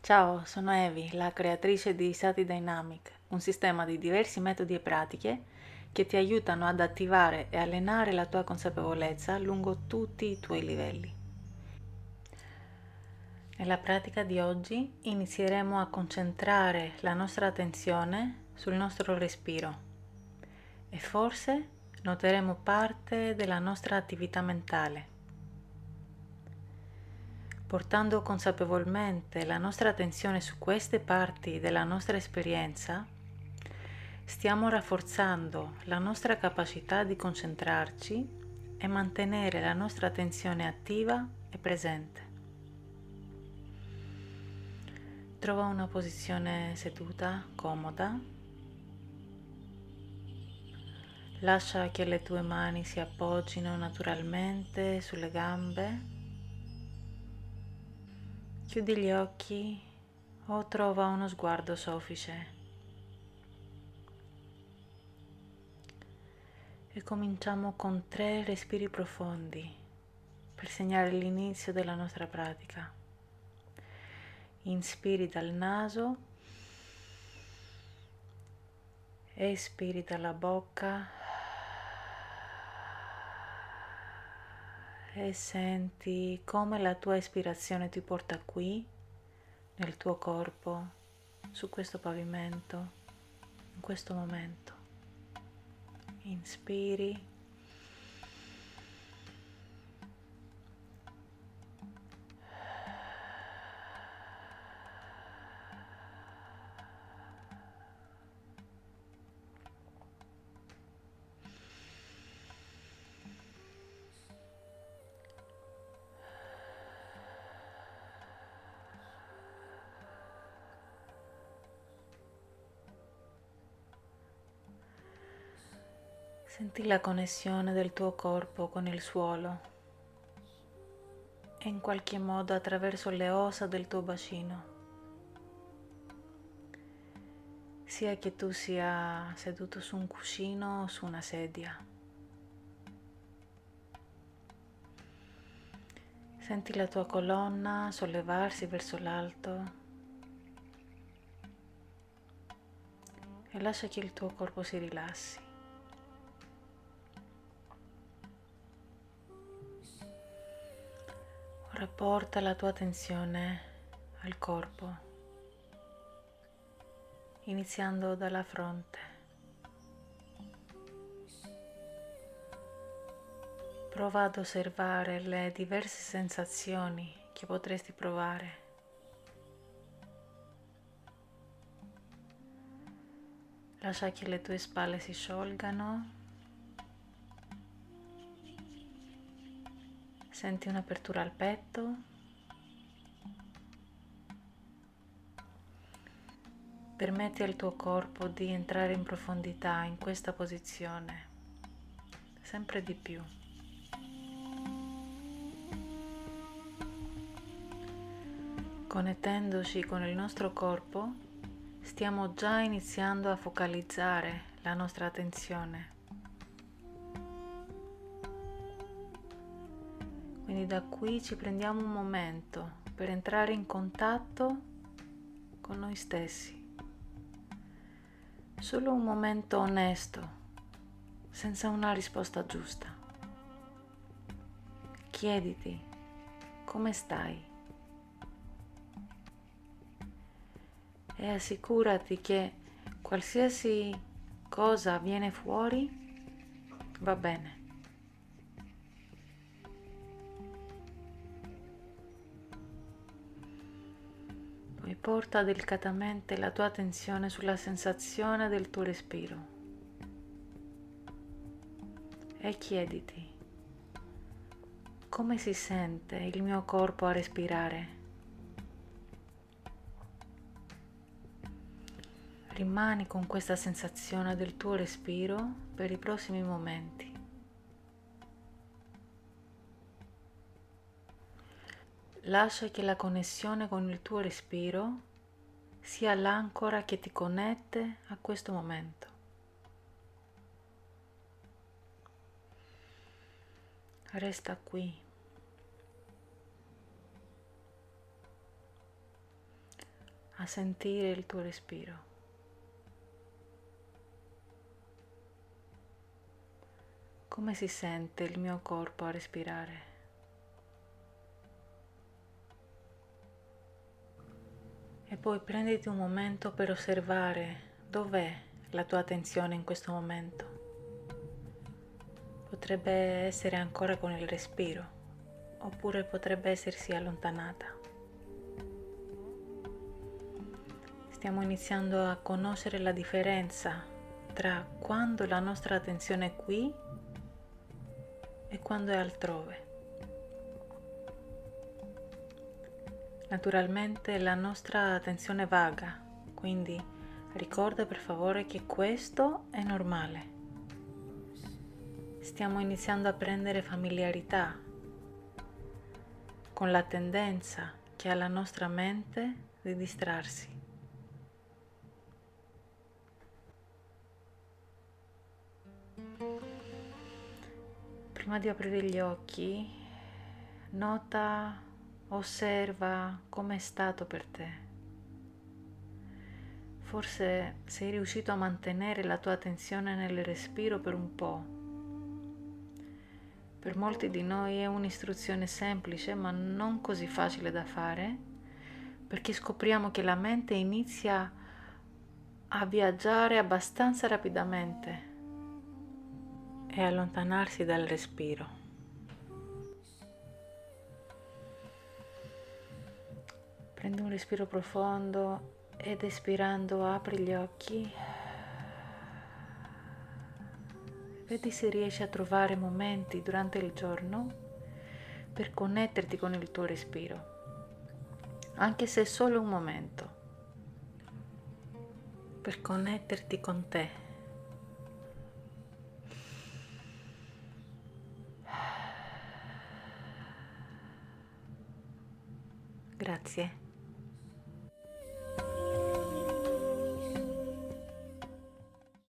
Ciao, sono Evi, la creatrice di Sati Dynamic, un sistema di diversi metodi e pratiche che ti aiutano ad attivare e allenare la tua consapevolezza lungo tutti i tuoi livelli. Nella pratica di oggi inizieremo a concentrare la nostra attenzione sul nostro respiro e forse noteremo parte della nostra attività mentale. Portando consapevolmente la nostra attenzione su queste parti della nostra esperienza, stiamo rafforzando la nostra capacità di concentrarci e mantenere la nostra attenzione attiva e presente. Trova una posizione seduta, comoda. Lascia che le tue mani si appoggino naturalmente sulle gambe. Chiudi gli occhi o trova uno sguardo soffice e cominciamo con 3 respiri profondi per segnare l'inizio della nostra pratica. Inspiri dal naso, espiri dalla bocca e senti come la tua espirazione ti porta qui, nel tuo corpo, su questo pavimento, in questo momento. Inspiri Senti la connessione del tuo corpo con il suolo e in qualche modo attraverso le ossa del tuo bacino, sia che tu sia seduto su un cuscino o su una sedia. Senti la tua colonna sollevarsi verso l'alto e lascia che il tuo corpo si rilassi. Ora porta la tua attenzione al corpo, iniziando dalla fronte. Prova ad osservare le diverse sensazioni che potresti provare. Lascia che le tue spalle si sciolgano. Senti un'apertura al petto. Permetti al tuo corpo di entrare in profondità in questa posizione, sempre di più. Connettendoci con il nostro corpo, stiamo già iniziando a focalizzare la nostra attenzione. Quindi da qui ci prendiamo un momento per entrare in contatto con noi stessi. Solo un momento onesto, senza una risposta giusta. Chiediti, come stai? E assicurati che qualsiasi cosa viene fuori va bene. Poi porta delicatamente la tua attenzione sulla sensazione del tuo respiro e chiediti, come si sente il mio corpo a respirare? Rimani con questa sensazione del tuo respiro per i prossimi momenti. Lascia che la connessione con il tuo respiro sia l'ancora che ti connette a questo momento. Resta qui. a sentire il tuo respiro. Come si sente il mio corpo a respirare? E poi prenditi un momento per osservare dov'è la tua attenzione in questo momento. Potrebbe essere ancora con il respiro, oppure potrebbe essersi allontanata. Stiamo iniziando a conoscere la differenza tra quando la nostra attenzione è qui e quando è altrove. Naturalmente la nostra attenzione vaga, quindi ricorda per favore che questo è normale. Stiamo iniziando a prendere familiarità con la tendenza che ha la nostra mente di distrarsi. Prima di aprire gli occhi, nota, osserva come è stato per te. Forse sei riuscito a mantenere la tua attenzione nel respiro per un po'. Per molti di noi è un'istruzione semplice, ma non così facile da fare, perché scopriamo che la mente inizia a viaggiare abbastanza rapidamente e allontanarsi dal respiro. Prendi un respiro profondo ed espirando apri gli occhi. Vedi se riesci a trovare momenti durante il giorno per connetterti con il tuo respiro, anche se è solo un momento, per connetterti con te. Grazie.